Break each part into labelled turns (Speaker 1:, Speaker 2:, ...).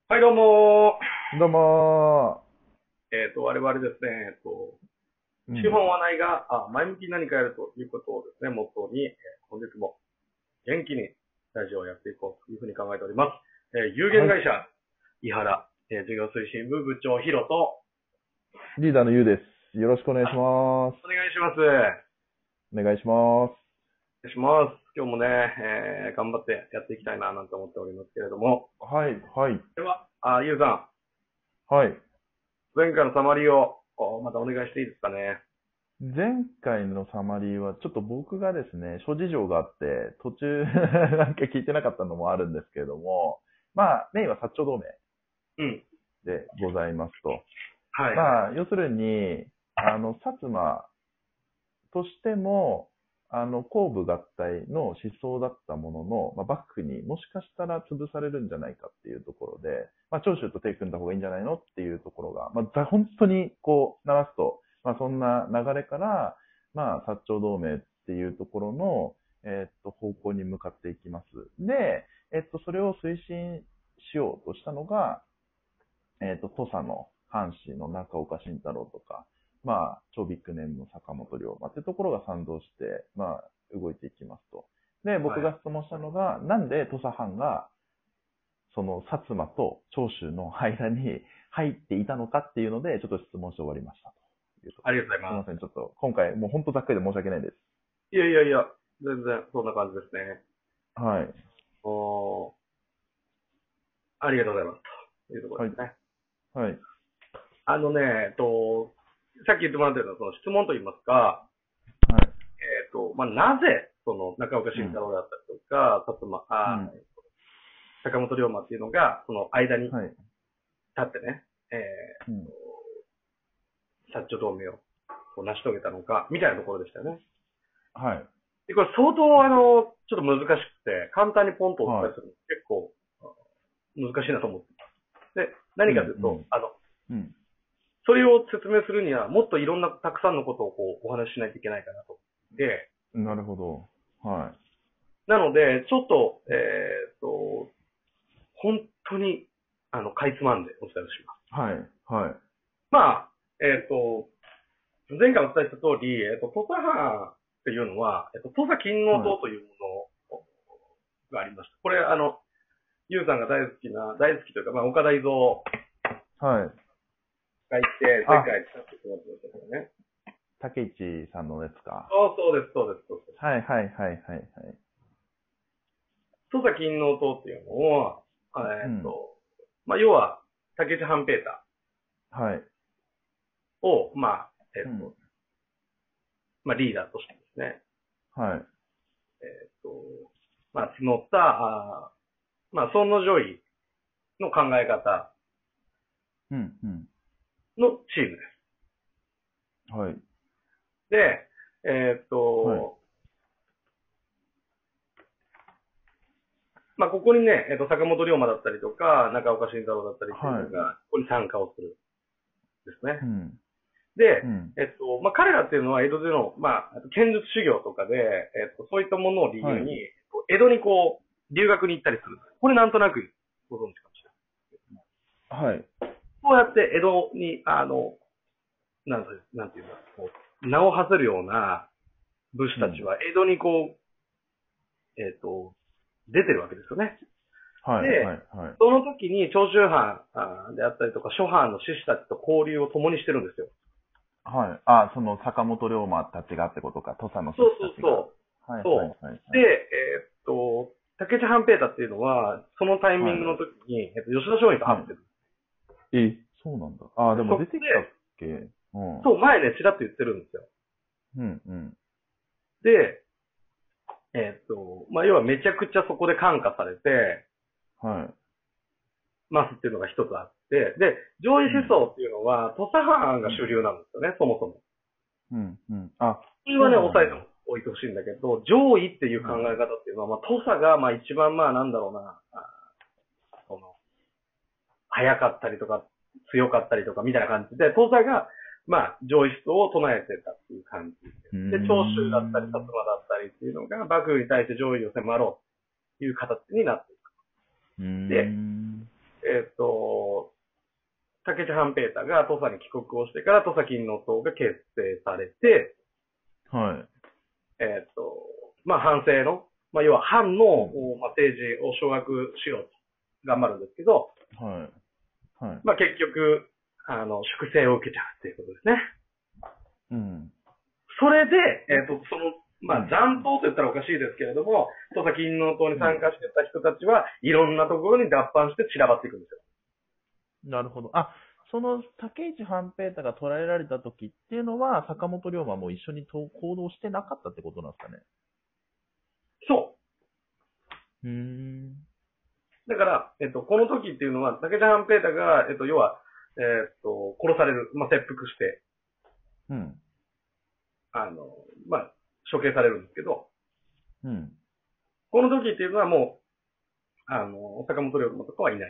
Speaker 1: はい、どうも
Speaker 2: どうも
Speaker 1: 我々ですね、
Speaker 2: ー。うん。
Speaker 1: 資本はないが、前向きに何かやるということをですね、モットーに、本日も元気にラジオをやっていこうというふうに考えております。有限
Speaker 2: はい。
Speaker 1: 会社、井原、事業推進部部長、ヒロと、
Speaker 2: リーダーのゆうです。よろしくお願いします。
Speaker 1: お願いします。お願
Speaker 2: お願いします。
Speaker 1: いします。今日もね、頑張ってやっていきたいな、なんて思っておりますけれども。
Speaker 2: はい、はい、
Speaker 1: では、ゆうさ
Speaker 2: はい。
Speaker 1: ん、前回のサマリーを、またお願いしていいですかね。
Speaker 2: 前回のサマリーは、ちょっと僕がですね、諸事情があって、途中なんか聞いてなかったのもあるんですけれども、まあ、メインは薩長同盟
Speaker 1: うん。
Speaker 2: でございますと。
Speaker 1: はいはい。
Speaker 2: まあ、要するに、薩摩としても、後部合体の思想だったものの、まあ、幕府にもしかしたら潰されるんじゃないかっていうところで、まあ、長州と手組んだ方がいいんじゃないのっていうところが、まあ、本当にこう、流すと、まあ、そんな流れから、まあ、薩長同盟っていうところの、方向に向かっていきます。で、それを推進しようとしたのが、土佐の藩士の中岡慎太郎とか、まあ、超ビッグネームの坂本龍馬ってところが賛同して、まあ、動いていきますと。で、僕
Speaker 1: はい。
Speaker 2: が質問したのが、なんで土佐藩が、その薩摩と長州の間に入っていたのかっていうので、ちょっと質問して終わりましたというとこ
Speaker 1: ありが
Speaker 2: ろです。
Speaker 1: とうございます。
Speaker 2: すみません、ちょっと今回もう本当ざっくりで申し訳ないです。
Speaker 1: いやいやいや、全然そんな感じですね。
Speaker 2: はい。
Speaker 1: おー、ありがとうございます。というところ
Speaker 2: はい。
Speaker 1: ですね。
Speaker 2: はい。
Speaker 1: あのね、さっき言ってもらったようなその質問といいますか、
Speaker 2: はい。
Speaker 1: なぜ、その中岡
Speaker 2: うん。
Speaker 1: 慎太郎だったりとか、
Speaker 2: うん。
Speaker 1: 坂本龍馬っていうのが、その間に立
Speaker 2: はい。
Speaker 1: ってね、
Speaker 2: うん。
Speaker 1: 薩長同盟をこう成し遂げたのか、みたいなところでしたよね。
Speaker 2: はい。
Speaker 1: で、これ相当ちょっと難しくて、簡単にポンとお伝
Speaker 2: は
Speaker 1: えするの結構難しいなと思ってます。で、
Speaker 2: い。
Speaker 1: 何
Speaker 2: うん。
Speaker 1: かというと、
Speaker 2: うん。うん。
Speaker 1: それを説明するには、もっといろんな、たくさんのことをこうお話ししないといけないかなと。で、
Speaker 2: なるほど。は
Speaker 1: なので、ちょっと、本当に、かいつまんでお伝えをします。
Speaker 2: い。はい。はい。
Speaker 1: まあ、前回お伝えした通り、土佐藩っていうのは、土佐勤王
Speaker 2: はい。
Speaker 1: 党というものがありました。これ、ゆうさんが大好きというか、まあ、岡田伊蔵
Speaker 2: はい。
Speaker 1: がいて、前
Speaker 2: あ、
Speaker 1: 回使ってもらってましたけどね。
Speaker 2: 竹市さんのですか？
Speaker 1: そうです、そうです、そうです。
Speaker 2: はいはいはいはいはい。
Speaker 1: 土佐勤王党っていうのを、
Speaker 2: うん。
Speaker 1: まあ、要は、竹内半平太
Speaker 2: はい。
Speaker 1: を、
Speaker 2: うん。
Speaker 1: まあ、リーダーとしてですね、
Speaker 2: はい。
Speaker 1: えっと、募った、まあ、尊王攘夷の考え方
Speaker 2: うんうん。
Speaker 1: のチームで
Speaker 2: はい。
Speaker 1: す。で、えっ
Speaker 2: はい。
Speaker 1: と、まあ、ここにね、坂本龍馬だったりとか、中岡慎太郎だったりっていう
Speaker 2: はい。
Speaker 1: のが、ここに参加をするんですね。
Speaker 2: うん。
Speaker 1: で、
Speaker 2: うん。
Speaker 1: まあ、彼らっていうのは江戸での、剣術修行とかで、そういったものを理由
Speaker 2: はい。
Speaker 1: に、江戸にこう、留学に行ったりする。これなんとなくご存知かもしれない。
Speaker 2: はい。
Speaker 1: そうやって江戸に、なんていうんだ、こう、名を馳せるような武士
Speaker 2: うん。
Speaker 1: たちは江戸にこう、出てるわけですよね。
Speaker 2: はいは
Speaker 1: で、
Speaker 2: いはい。
Speaker 1: その時に長州藩であったりとか、諸藩の志士たちと交流を共にしてるんですよ。
Speaker 2: はい。あ、その坂本龍馬たちがってことか、土佐の志
Speaker 1: そう
Speaker 2: 士たちが。
Speaker 1: そう
Speaker 2: はいはい
Speaker 1: そう。で、
Speaker 2: はいはい。
Speaker 1: 竹内半平太っていうのは、そのタイミング
Speaker 2: はい。
Speaker 1: の時に、吉田松陰と会
Speaker 2: は
Speaker 1: ってる。
Speaker 2: い。そうなんだ。あ、でも
Speaker 1: そこ
Speaker 2: 出てきたっ
Speaker 1: で、
Speaker 2: け？うん。
Speaker 1: そう、前ね、ちらっと言ってるんですよ。
Speaker 2: うんうん。
Speaker 1: で、要はめちゃくちゃそこで感化されて
Speaker 2: は
Speaker 1: ますっていうのが一つあって、で、上位
Speaker 2: い。うん。
Speaker 1: 思想っていうのは、土佐藩が
Speaker 2: うん。
Speaker 1: 主流なんですよね、そもそも。
Speaker 2: うんうん。あ、
Speaker 1: それはね、
Speaker 2: そうなんだ。
Speaker 1: 抑えておいてほしいんだけど、上位っていう考
Speaker 2: はい。
Speaker 1: え方っていうのは、土佐が、一番、なんだろうな、その、早かったりとか、強かったりとかみたいな感じで、東西が、上位思想を唱えてたっていう感じ
Speaker 2: うー
Speaker 1: で。で、長州だったり、薩
Speaker 2: ん。
Speaker 1: 摩だったりっていうのが、幕府に対して上位を迫ろうという形になっていく。
Speaker 2: うー
Speaker 1: で、
Speaker 2: ん。
Speaker 1: 竹地半平太が土佐に帰国をしてから土佐勤王党が結成されて、
Speaker 2: はい。
Speaker 1: まあ、反省の、まあ、要は藩の、まあ、政治を掌握しようと頑張るんですけど、
Speaker 2: はい。はい。
Speaker 1: まあ、結局、粛清を受けちゃうっていうことですね。
Speaker 2: うん。
Speaker 1: それで、まあ、残党と言ったらおかしいですけれども、土佐勤王党に参加してた人たちは、いろんなところに脱藩して散らばっていくんですよ。
Speaker 2: なるほど。あ、その竹市半平太が捕らえられた時っていうのは、坂本龍馬も一緒に行動してなかったってことなんですかね。
Speaker 1: そう。だから、この時っていうのは、竹地半平太が、要は、殺される、まあ、切腹して、
Speaker 2: うん。
Speaker 1: まあ、処刑されるんですけど、
Speaker 2: うん。
Speaker 1: この時っていうのはもう、坂本龍馬とかはいない。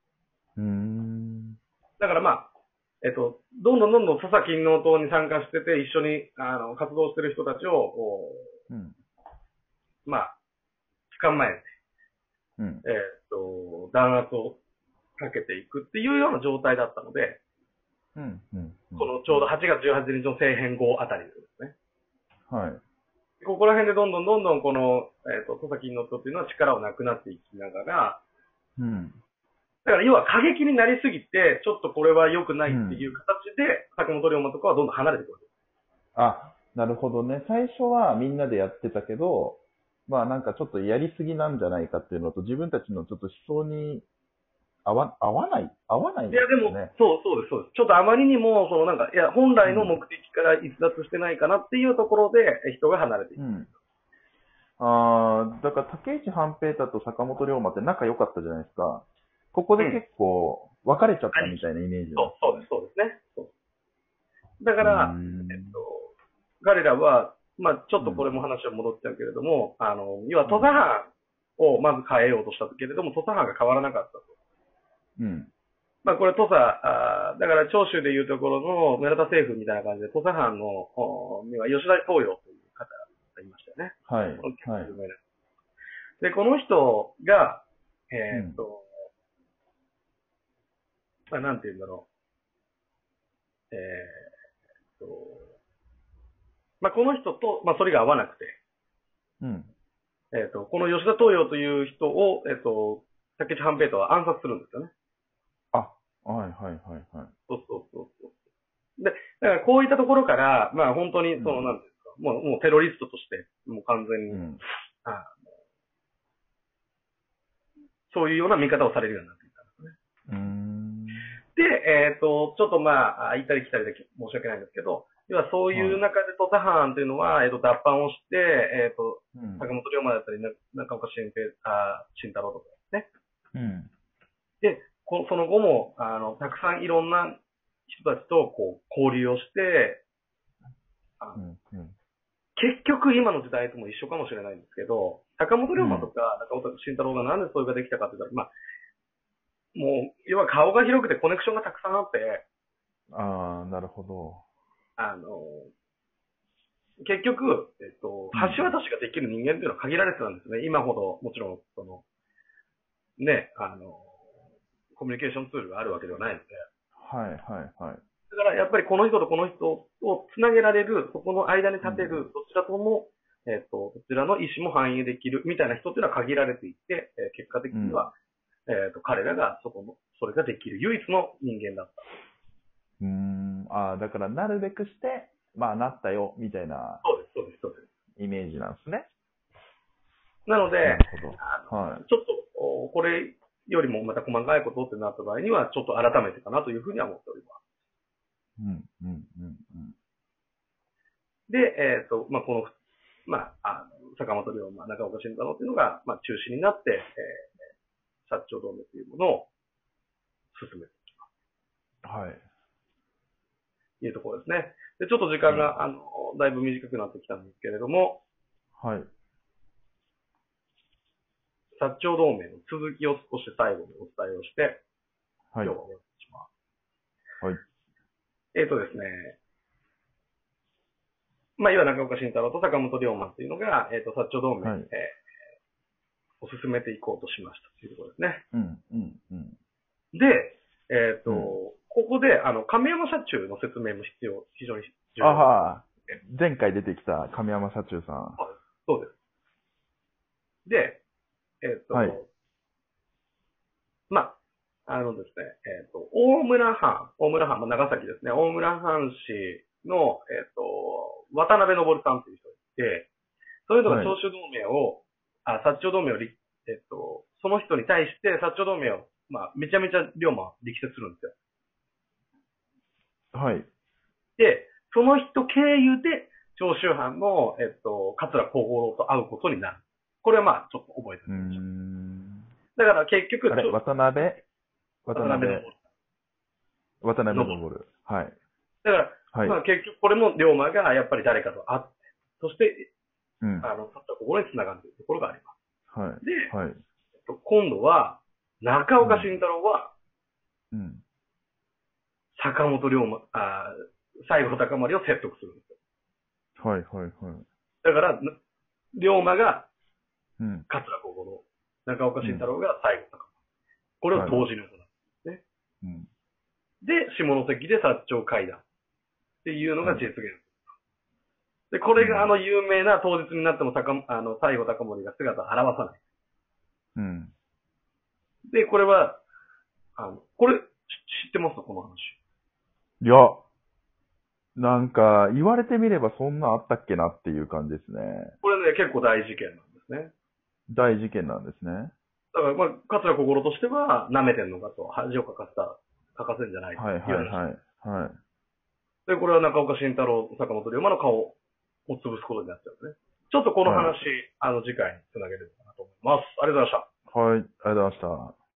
Speaker 1: だからまあ、どんどん土佐勤王党に参加してて、一緒に、活動してる人たちを、
Speaker 2: うん。
Speaker 1: まあ、捕まえて、
Speaker 2: うん。
Speaker 1: 弾圧をかけていくっていうような状態だったので、
Speaker 2: うん。うん。
Speaker 1: このちょうど8月18日の政変後あたりですね。
Speaker 2: はい。
Speaker 1: ここら辺でどんどんこの、土佐勤王党っていうのは力をなくなっていきながら、
Speaker 2: うん。
Speaker 1: だから要は過激になりすぎて、ちょっとこれは良くないっていう形で、坂本龍馬とかはどんどん離れてくる。
Speaker 2: あ、なるほどね。最初はみんなでやってたけど、まあなんかちょっとやりすぎなんじゃないかっていうのと、自分たちのちょっと思想に合わない
Speaker 1: いや、でも、
Speaker 2: ね。
Speaker 1: そうです。ちょっとあまりにも、いや、本来の目的から逸脱してないかなっていうところで、人が離れていく。
Speaker 2: うん。だから竹内半平太と坂本龍馬って仲良かったじゃないですか。ここで結構別れちゃったみたいなイメージなんですかね。
Speaker 1: そうですね。だか
Speaker 2: うー
Speaker 1: ら、
Speaker 2: ん。
Speaker 1: 彼らは、まあちょっとこれも話は戻っちゃうけれども、要は土佐藩をまず変えようとしたけれども、土佐藩が変わらなかったと。
Speaker 2: うん。
Speaker 1: まあこれ土佐、だから長州でいうところの村田政府みたいな感じで、土佐藩の、には吉田東洋という方がいましたよね。
Speaker 2: はい。はい。
Speaker 1: で、この人が、
Speaker 2: うん。
Speaker 1: まあ、なんて言うんだろう。まあ、この人と、まあ、それが合わなくて、
Speaker 2: うん。
Speaker 1: この吉田東洋という人を、竹内半平太は暗殺するんですよね。
Speaker 2: あ、はいはいはいはい。
Speaker 1: で、だからこういったところから、まあ本当に、
Speaker 2: うん。
Speaker 1: なんていうんですか、もうテロリストとして、もう完全に、
Speaker 2: うん。
Speaker 1: あそういうような見方をされるようになっていったんですね。
Speaker 2: うーん。
Speaker 1: で、ちょっとまあ、行ったり来たりで申し訳ないんですけど、要はそういう
Speaker 2: は
Speaker 1: 中で土佐藩というのは、脱藩をして、
Speaker 2: い。うん。
Speaker 1: 坂本龍馬だったり、中岡慎太郎とかですね。
Speaker 2: うん。
Speaker 1: で、その後も、たくさんいろんな人たちとこう交流をして、
Speaker 2: うん。うん。
Speaker 1: 結局今の時代とも一緒かもしれないんですけど、坂本龍馬と
Speaker 2: うん。
Speaker 1: か中岡慎太郎がなんでそれができたかって言ったら、まあ、もう、要は顔が広くてコネクションがたくさんあって、
Speaker 2: ああ、なるほど。
Speaker 1: あの、結局、
Speaker 2: うん。
Speaker 1: 橋渡しができる人間っていうのは限られてたんですね。今ほど、もちろん、ね、コミュニケーションツールがあるわけではないので。
Speaker 2: はいはいはい。
Speaker 1: だから、やっぱりこの人とこの人をつなげられる、そこの間に立て
Speaker 2: うん。
Speaker 1: る、どちらとも、どちらの意思も反映できるみたいな人っていうのは限られていて、結果的
Speaker 2: うん。
Speaker 1: には、彼らがそれができる唯一の人間だった。
Speaker 2: だからなるべくして、まあなったよ、みたいな
Speaker 1: そうです。
Speaker 2: イメージなんですね。
Speaker 1: なので、
Speaker 2: なるほど。はい。
Speaker 1: ちょっと、これよりもまた細かいことってなった場合には、ちょっと改めてかなというふうには思っております。
Speaker 2: うん、うん、うん、うん。
Speaker 1: で、まあ、まあ、坂本龍馬、中岡慎太郎っていうのが、まあ、中心になって、薩長同盟というものを進める
Speaker 2: はい。
Speaker 1: というところですね。で、ちょっと時間が、だいぶ短くなってきたんですけれども、
Speaker 2: はい。
Speaker 1: 薩長同盟の続きを少し最後にお伝えをして、
Speaker 2: はい。
Speaker 1: 今日はお願いします。
Speaker 2: はい。
Speaker 1: ですね、まあ、いわゆる中岡慎太郎と坂本龍馬っていうのが、薩長同盟、
Speaker 2: はい。
Speaker 1: を進めていこうとしましたというところですね。
Speaker 2: うん、うん、うん。
Speaker 1: 亀山社中の説明も非常に重要。
Speaker 2: ああ、前回出てきた亀山社中さん。
Speaker 1: はい、そうです。で、
Speaker 2: はい。
Speaker 1: まあ、ですね、大村藩、長崎ですね、大村藩士の、渡辺昇さんという人がいて、その人が
Speaker 2: はい。
Speaker 1: 長州同盟を、薩長同盟を、その人に対して薩長同盟を、めちゃめちゃ龍馬は力説するんですよ。
Speaker 2: はい。
Speaker 1: で、その人経由で、長州藩の、桂小五郎と会うことになる。これはちょっと覚えておきましょう。だから結局、
Speaker 2: あれ、渡辺
Speaker 1: 渡辺昇。
Speaker 2: はい。
Speaker 1: だから、
Speaker 2: はい。
Speaker 1: 結局これも龍馬がやっぱり誰かと会って、そして、
Speaker 2: うん。
Speaker 1: 桂小五郎に繋がるというところがあります。
Speaker 2: はい。
Speaker 1: で、
Speaker 2: はい。
Speaker 1: 今度は、中岡慎太郎は、
Speaker 2: うん。
Speaker 1: 坂本龍馬、西郷隆盛を説得するんですよ。
Speaker 2: はい、はい、はい。
Speaker 1: だから、龍馬が
Speaker 2: うん。
Speaker 1: 桂小五郎、中岡慎太郎が西郷隆盛。これを同時に行うんですね。
Speaker 2: うん。
Speaker 1: で、下関で薩長会談っていうのが実現。で、これが有名な当日になっても西郷隆盛が姿を現さない。
Speaker 2: うん。
Speaker 1: で、これは、これ、知ってますこの話。
Speaker 2: いや、なんか、言われてみればそんなあったっけなっていう感じですね。
Speaker 1: これね、結構大事件なんですね。
Speaker 2: 大事件なんですね。
Speaker 1: だから、桂小五郎としては、舐めてんのかと、恥をかかせんじゃないと
Speaker 2: はい、
Speaker 1: いう
Speaker 2: はい、
Speaker 1: 話。
Speaker 2: はい。はい。
Speaker 1: で、これは中岡慎太郎、坂本龍馬の顔を潰すことになっちゃうんですね。ちょっとこの話、
Speaker 2: はい、
Speaker 1: 次回につなげるのかなと思います。ありがとうございました。
Speaker 2: はい、ありがとうございました。